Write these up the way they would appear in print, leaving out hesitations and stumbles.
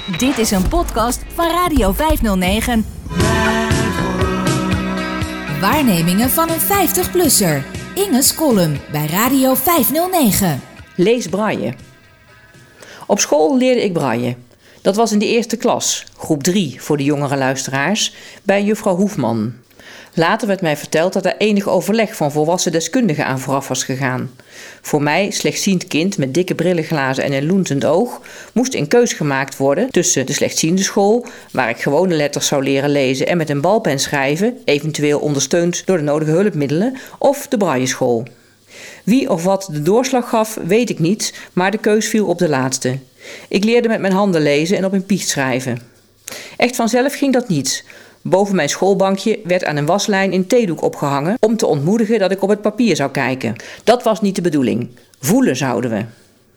Dit is een podcast van Radio 509. Waarnemingen van een 50-plusser. Inge's column bij Radio 509. Lees braille. Op school leerde ik braille. Dat was in de eerste klas, groep 3 voor de jongere luisteraars, bij juffrouw Hoefman. Later werd mij verteld dat er enig overleg van volwassen deskundigen aan vooraf was gegaan. Voor mij, slechtziend kind met dikke brillenglazen en een loentend oog, moest een keus gemaakt worden tussen de slechtziende school, waar ik gewone letters zou leren lezen en met een balpen schrijven, eventueel ondersteund door de nodige hulpmiddelen, of de brailleschool. Wie of wat de doorslag gaf, weet ik niet, maar de keus viel op de laatste. Ik leerde met mijn handen lezen en op een biecht schrijven. Echt vanzelf ging dat niet. Boven mijn schoolbankje werd aan een waslijn een theedoek opgehangen om te ontmoedigen dat ik op het papier zou kijken. Dat was niet de bedoeling. Voelen zouden we.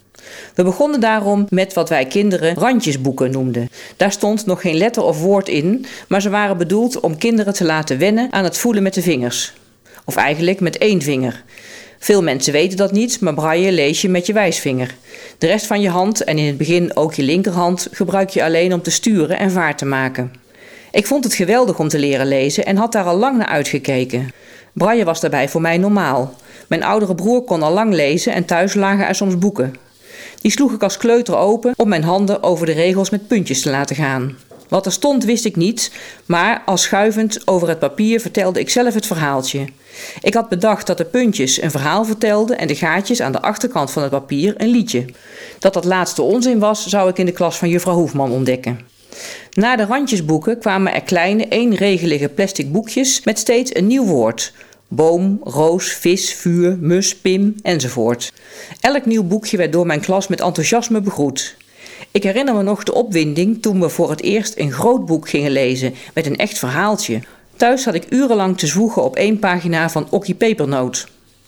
We begonnen daarom met wat wij kinderen randjesboeken noemden. Daar stond nog geen letter of woord in, maar ze waren bedoeld om kinderen te laten wennen aan het voelen met de vingers. Of eigenlijk met 1 vinger. Veel mensen weten dat niet, maar braille lees je met je wijsvinger. De rest van je hand en in het begin ook je linkerhand gebruik je alleen om te sturen en vaart te maken. Ik vond het geweldig om te leren lezen en had daar al lang naar uitgekeken. Braille was daarbij voor mij normaal. Mijn oudere broer kon al lang lezen en thuis lagen er soms boeken. Die sloeg ik als kleuter open om mijn handen over de regels met puntjes te laten gaan. Wat er stond wist ik niet, maar als schuivend over het papier vertelde ik zelf het verhaaltje. Ik had bedacht dat de puntjes een verhaal vertelden en de gaatjes aan de achterkant van het papier een liedje. Dat dat laatste onzin was, zou ik in de klas van juffrouw Hoefman ontdekken. Na de randjesboeken kwamen er kleine, eenregelige plastic boekjes met steeds een nieuw woord. Boom, roos, vis, vuur, mus, pim enzovoort. Elk nieuw boekje werd door mijn klas met enthousiasme begroet. Ik herinner me nog de opwinding toen we voor het eerst een groot boek gingen lezen met een echt verhaaltje. Thuis zat ik urenlang te zwoegen op 1 pagina van Okkie Pepernoot.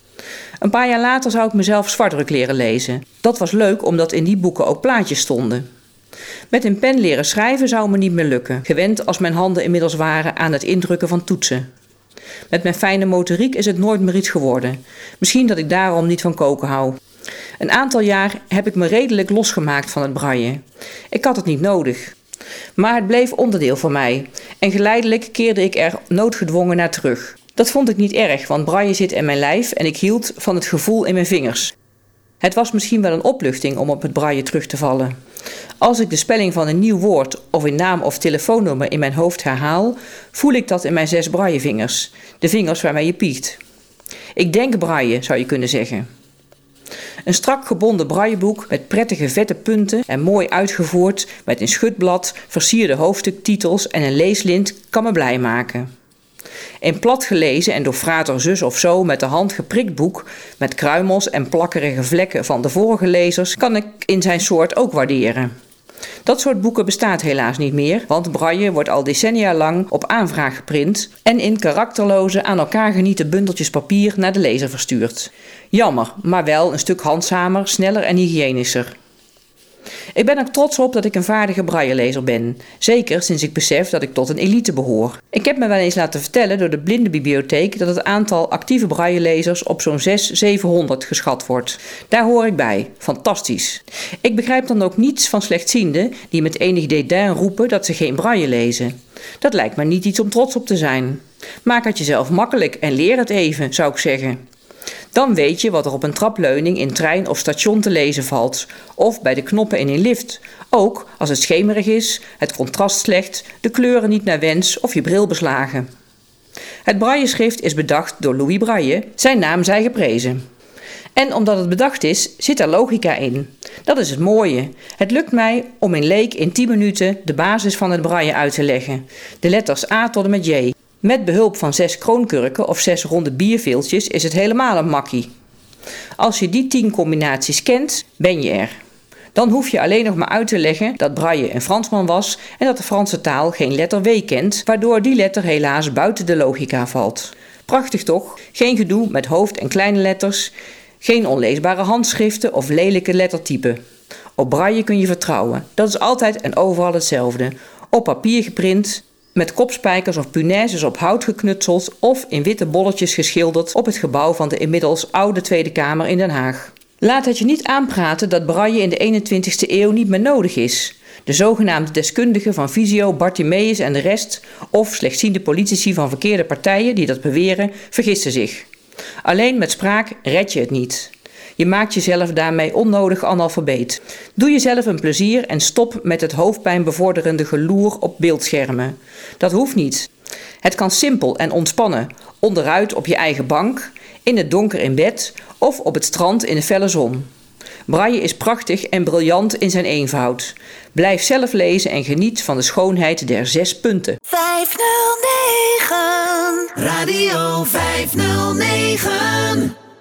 Een paar jaar later zou ik mezelf zwartdruk leren lezen. Dat was leuk omdat in die boeken ook plaatjes stonden. Met een pen leren schrijven zou me niet meer lukken, gewend als mijn handen inmiddels waren aan het indrukken van toetsen. Met mijn fijne motoriek is het nooit meer iets geworden. Misschien dat ik daarom niet van koken hou. Een aantal jaar heb ik me redelijk losgemaakt van het braille. Ik had het niet nodig. Maar het bleef onderdeel van mij en geleidelijk keerde ik er noodgedwongen naar terug. Dat vond ik niet erg, want braille zit in mijn lijf en ik hield van het gevoel in mijn vingers. Het was misschien wel een opluchting om op het braille terug te vallen. Als ik de spelling van een nieuw woord of een naam of telefoonnummer in mijn hoofd herhaal, voel ik dat in mijn 6 braillevingers, de vingers waarmee je piekt. Ik denk braille, zou je kunnen zeggen. Een strak gebonden brailleboek met prettige vette punten en mooi uitgevoerd met een schutblad, versierde hoofdstuktitels en een leeslint kan me blij maken. Een plat gelezen en door frater zus of zo met de hand geprikt boek met kruimels en plakkerige vlekken van de vorige lezers kan ik in zijn soort ook waarderen. Dat soort boeken bestaat helaas niet meer, want braille wordt al decennia lang op aanvraag geprint en in karakterloze aan elkaar genieten bundeltjes papier naar de lezer verstuurd. Jammer, maar wel een stuk handzamer, sneller en hygiënischer. Ik ben er trots op dat ik een vaardige braillelezer ben. Zeker sinds ik besef dat ik tot een elite behoor. Ik heb me wel eens laten vertellen door de blindenbibliotheek dat het aantal actieve braillelezers op zo'n 600-700 geschat wordt. Daar hoor ik bij. Fantastisch. Ik begrijp dan ook niets van slechtzienden die met enig dédain roepen dat ze geen braille lezen. Dat lijkt me niet iets om trots op te zijn. Maak het jezelf makkelijk en leer het even, zou ik zeggen. Dan weet je wat er op een trapleuning in trein of station te lezen valt. Of bij de knoppen in een lift. Ook als het schemerig is, het contrast slecht, de kleuren niet naar wens of je bril beslagen. Het brailleschrift is bedacht door Louis Braille. Zijn naam zij geprezen. En omdat het bedacht is, zit er logica in. Dat is het mooie. Het lukt mij om een leek in 10 minuten de basis van het braille uit te leggen. De letters A tot en met J. Met behulp van 6 kroonkurken of 6 ronde bierveeltjes is het helemaal een makkie. Als je die 10 combinaties kent, ben je er. Dan hoef je alleen nog maar uit te leggen dat Braille een Fransman was en dat de Franse taal geen letter W kent, waardoor die letter helaas buiten de logica valt. Prachtig toch? Geen gedoe met hoofd- en kleine letters, geen onleesbare handschriften of lelijke lettertypen. Op Braille kun je vertrouwen. Dat is altijd en overal hetzelfde. Op papier geprint, met kopspijkers of punaises op hout geknutseld of in witte bolletjes geschilderd op het gebouw van de inmiddels oude Tweede Kamer in Den Haag. Laat het je niet aanpraten dat braille in de 21ste eeuw niet meer nodig is. De zogenaamde deskundigen van Visio, Bartimeus en de rest, of slechtziende politici van verkeerde partijen die dat beweren, vergissen zich. Alleen met spraak red je het niet. Je maakt jezelf daarmee onnodig analfabeet. Doe jezelf een plezier en stop met het hoofdpijnbevorderende geloer op beeldschermen. Dat hoeft niet. Het kan simpel en ontspannen, onderuit op je eigen bank, in het donker in bed of op het strand in de felle zon. Braille is prachtig en briljant in zijn eenvoud. Blijf zelf lezen en geniet van de schoonheid der 6 punten. 509 Radio 509